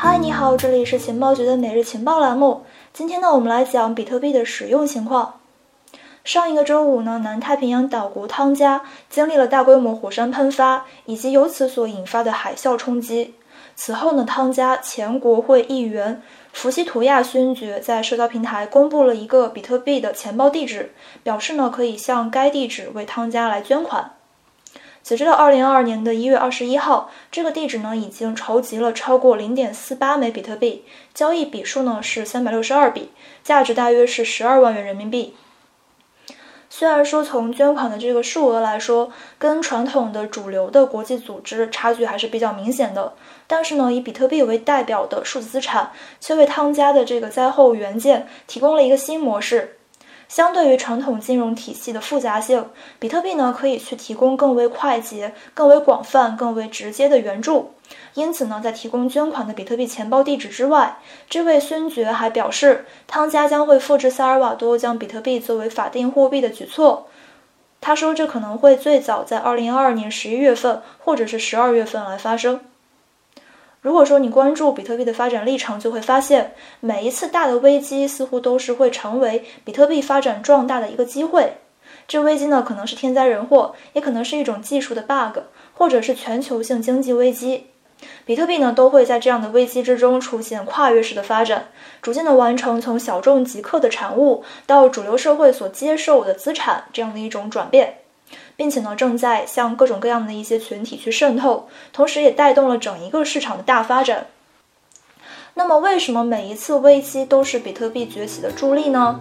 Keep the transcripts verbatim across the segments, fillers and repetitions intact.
嗨，你好，这里是情报局的每日情报栏目。今天呢，我们来讲比特币的使用情况。上一个周五呢，南太平洋岛国汤加经历了大规模火山喷发，以及由此所引发的海啸冲击。此后呢，汤加前国会议员福西图亚勋爵在社交平台公布了一个比特币的钱包地址，表示呢可以向该地址为汤加来捐款。截止到二零二二年的一月二十一号，这个地址呢已经筹集了超过 零点四八枚比特币，交易笔数呢是三百六十二笔，价值大约是十二万元人民币。虽然说从捐款的这个数额来说，跟传统的主流的国际组织差距还是比较明显的，但是呢，以比特币为代表的数字资产却为汤加的这个灾后援建提供了一个新模式。相对于传统金融体系的复杂性，比特币呢可以去提供更为快捷、更为广泛、更为直接的援助。因此呢，在提供捐款的比特币钱包地址之外，这位勋爵还表示，汤加将会复制萨尔瓦多将比特币作为法定货币的举措。他说，这可能会最早在二零二二年十一月份或者是十二月份来发生。如果说你关注比特币的发展历程，就会发现每一次大的危机似乎都是会成为比特币发展壮大的一个机会。这危机呢，可能是天灾人祸，也可能是一种技术的 bug， 或者是全球性经济危机。比特币呢，都会在这样的危机之中出现跨越式的发展，逐渐的完成从小众极客的产物到主流社会所接受的资产这样的一种转变，并且呢，正在向各种各样的一些群体去渗透，同时也带动了整一个市场的大发展。那么为什么每一次危机都是比特币崛起的助力呢？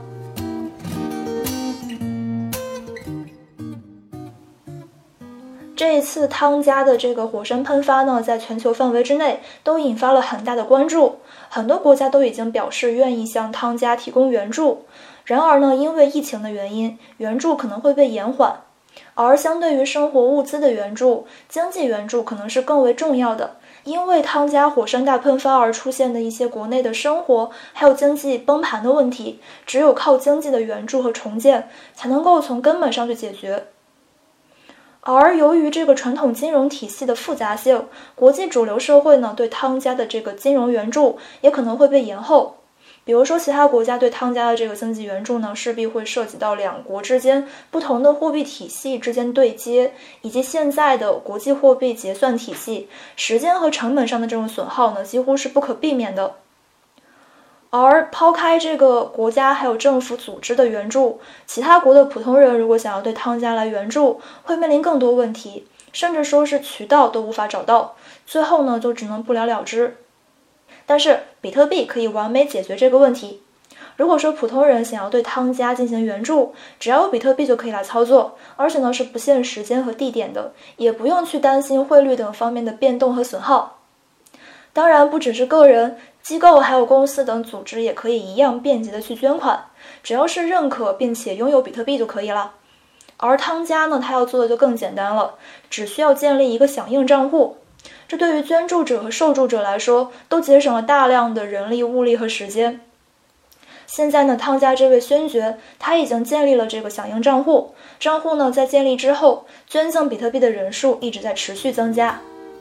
这一次汤加的这个火山喷发呢，在全球范围之内都引发了很大的关注，很多国家都已经表示愿意向汤加提供援助。然而呢，因为疫情的原因，援助可能会被延缓。而相对于生活物资的援助，经济援助可能是更为重要的，因为汤加火山大喷发而出现的一些国内的生活还有经济崩盘的问题，只有靠经济的援助和重建才能够从根本上去解决。而由于这个传统金融体系的复杂性，国际主流社会呢对汤加的这个金融援助也可能会被延后。比如说，其他国家对汤加的这个经济援助呢，势必会涉及到两国之间不同的货币体系之间对接，以及现在的国际货币结算体系，时间和成本上的这种损耗呢，几乎是不可避免的。而抛开这个国家还有政府组织的援助，其他国的普通人如果想要对汤加来援助，会面临更多问题，甚至说是渠道都无法找到，最后呢，就只能不了了之。但是比特币可以完美解决这个问题。如果说普通人想要对汤加进行援助，只要有比特币就可以来操作，而且呢是不限时间和地点的，也不用去担心汇率等方面的变动和损耗。当然，不只是个人、机构还有公司等组织也可以一样便捷的去捐款，只要是认可并且拥有比特币就可以了。而汤加呢，它要做的就更简单了，只需要建立一个响应账户。这对于捐助者和受助者来说，都节省了大量的人力、物力和时间。现在呢，汤加这位勋爵他已经建立了这个响应账户，账户呢在建立之后，捐赠比特币的人数一直在持续增加。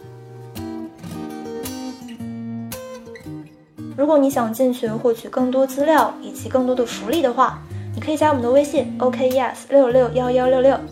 如果你想进群获取更多资料以及更多的福利的话，你可以加我们的微信 O K Y E S 六六一一六六。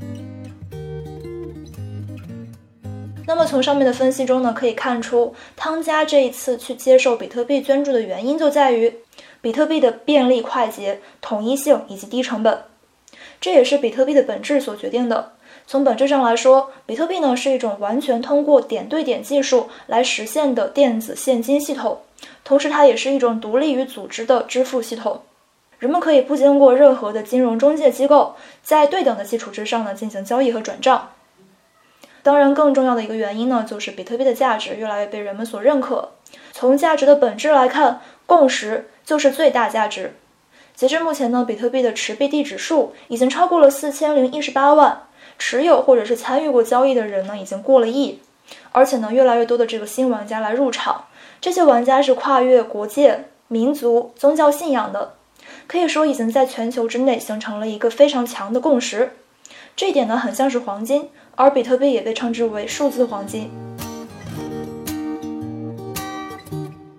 那么从上面的分析中呢，可以看出汤加这一次去接受比特币捐助的原因就在于比特币的便利快捷、统一性以及低成本，这也是比特币的本质所决定的。从本质上来说，比特币呢是一种完全通过点对点技术来实现的电子现金系统，同时它也是一种独立于组织的支付系统。人们可以不经过任何的金融中介机构，在对等的基础之上呢进行交易和转账。当然，更重要的一个原因呢，就是比特币的价值越来越被人们所认可。从价值的本质来看，共识就是最大价值。截至目前呢，比特币的持币地址数已经超过了四千零一十八万，持有或者是参与过交易的人呢，已经过了亿。而且呢，越来越多的这个新玩家来入场，这些玩家是跨越国界、民族、宗教信仰的，可以说已经在全球之内形成了一个非常强的共识。这一点呢，很像是黄金，而比特币也被称之为数字黄金。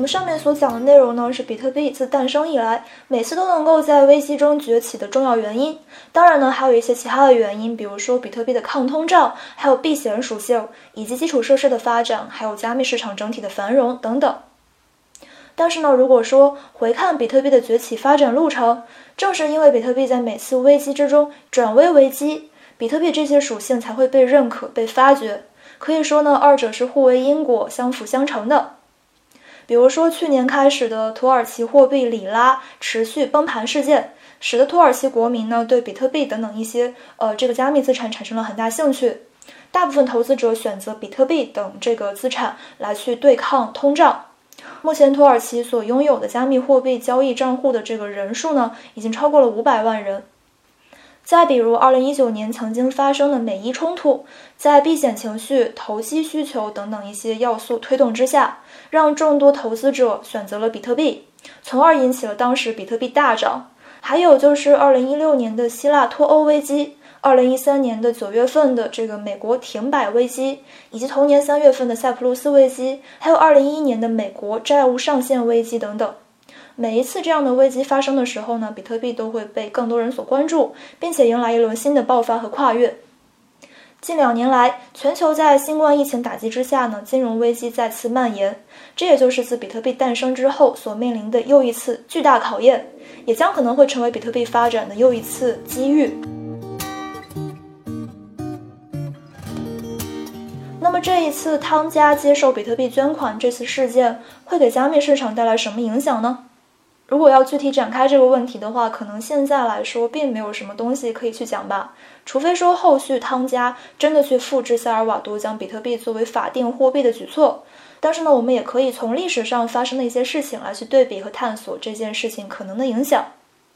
么上面所讲的内容呢，是比特币自诞生以来每次都能够在危机中崛起的重要原因。当然呢，还有一些其他的原因，比如说比特币的抗通胀，还有避险属性，以及基础设施的发展，还有加密市场整体的繁荣等等。但是呢，如果说回看比特币的崛起发展路程，正是因为比特币在每次危机之中转危为机，比特币这些属性才会被认可、被发掘。可以说呢，二者是互为因果、相辅相成的。比如说去年开始的土耳其货币里拉持续崩盘事件，使得土耳其国民呢对比特币等等一些呃这个加密资产产生了很大兴趣，大部分投资者选择比特币等这个资产来去对抗通胀。目前土耳其所拥有的加密货币交易账户的这个人数呢，已经超过了五百万人。再比如二零一九年曾经发生的美伊冲突，在避险情绪、投机需求等等一些要素推动之下，让众多投资者选择了比特币，从而引起了当时比特币大涨。还有就是二零一六年的希腊脱欧危机，二零一三年的九月份的这个美国停摆危机，以及同年三月份的塞浦路斯危机，还有二零一一年的美国债务上限危机等等。每一次这样的危机发生的时候呢，比特币都会被更多人所关注，并且迎来一轮新的爆发和跨越。近两年来，全球在新冠疫情打击之下呢，金融危机再次蔓延，这也就是自比特币诞生之后所面临的又一次巨大考验，也将可能会成为比特币发展的又一次机遇。那么这一次汤加接受比特币捐款这次事件会给加密市场带来什么影响呢？如果要具体展开这个问题的话，可能现在来说并没有什么东西可以去讲吧，除非说后续汤加真的去复制萨尔瓦多将比特币作为法定货币的举措。但是呢，我们也可以从历史上发生的一些事情来去对比和探索这件事情可能的影响。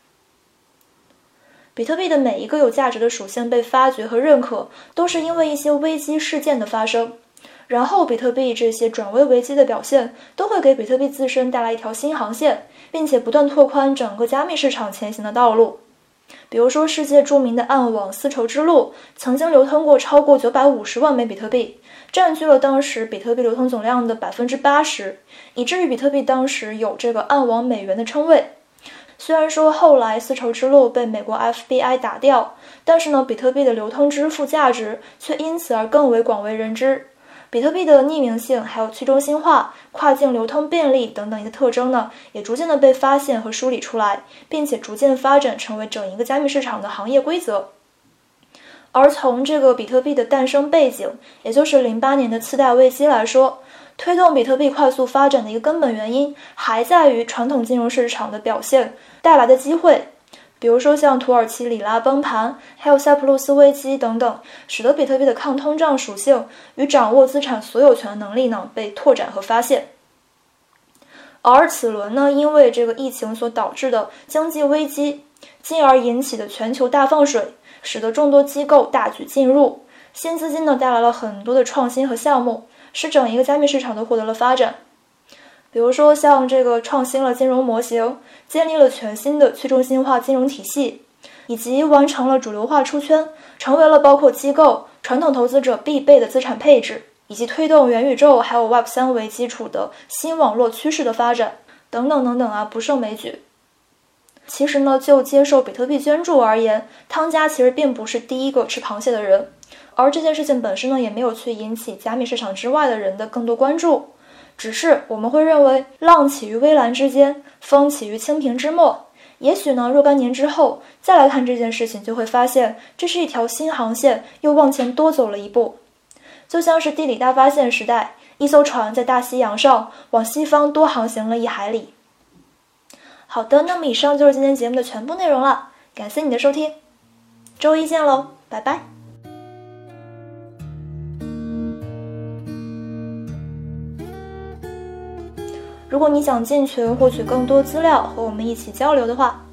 比特币的每一个有价值的属性被发掘和认可，都是因为一些危机事件的发生。然后比特币这些转危为机的表现，都会给比特币自身带来一条新航线，并且不断拓宽整个加密市场前行的道路。比如说世界著名的暗网丝绸之路，曾经流通过超过九百五十万枚比特币，占据了当时比特币流通总量的 百分之八十， 以至于比特币当时有这个暗网美元的称谓。虽然说后来丝绸之路被美国 F B I 打掉，但是呢，比特币的流通支付价值却因此而更为广为人知。比特币的匿名性，还有去中心化、跨境流通便利等等一些特征呢，也逐渐的被发现和梳理出来，并且逐渐发展成为整一个加密市场的行业规则。而从这个比特币的诞生背景，也就是零八年的次贷危机来说，推动比特币快速发展的一个根本原因，还在于传统金融市场的表现带来的机会。比如说像土耳其里拉崩盘，还有塞浦路斯危机等等，使得比特币的抗通胀属性与掌握资产所有权的能力呢被拓展和发现。而此轮呢，因为这个疫情所导致的经济危机，进而引起的全球大放水，使得众多机构大举进入，新资金呢带来了很多的创新和项目，使整一个加密市场都获得了发展。比如说像这个创新了金融模型，建立了全新的去中心化金融体系，以及完成了主流化出圈，成为了包括机构、传统投资者必备的资产配置，以及推动元宇宙还有 Web 三 为基础的新网络趋势的发展等等等等啊，不胜枚举。其实呢，就接受比特币捐助而言，汤加其实并不是第一个吃螃蟹的人，而这件事情本身呢，也没有去引起加密市场之外的人的更多关注。只是我们会认为浪起于微澜之间，风起于青萍之末，也许呢若干年之后再来看这件事情，就会发现这是一条新航线又往前多走了一步。就像是地理大发现时代，一艘船在大西洋上往西方多航行了一海里。好的，那么以上就是今天节目的全部内容了，感谢你的收听，周一见喽，拜拜。如果你想进群获取更多资料和我们一起交流的话，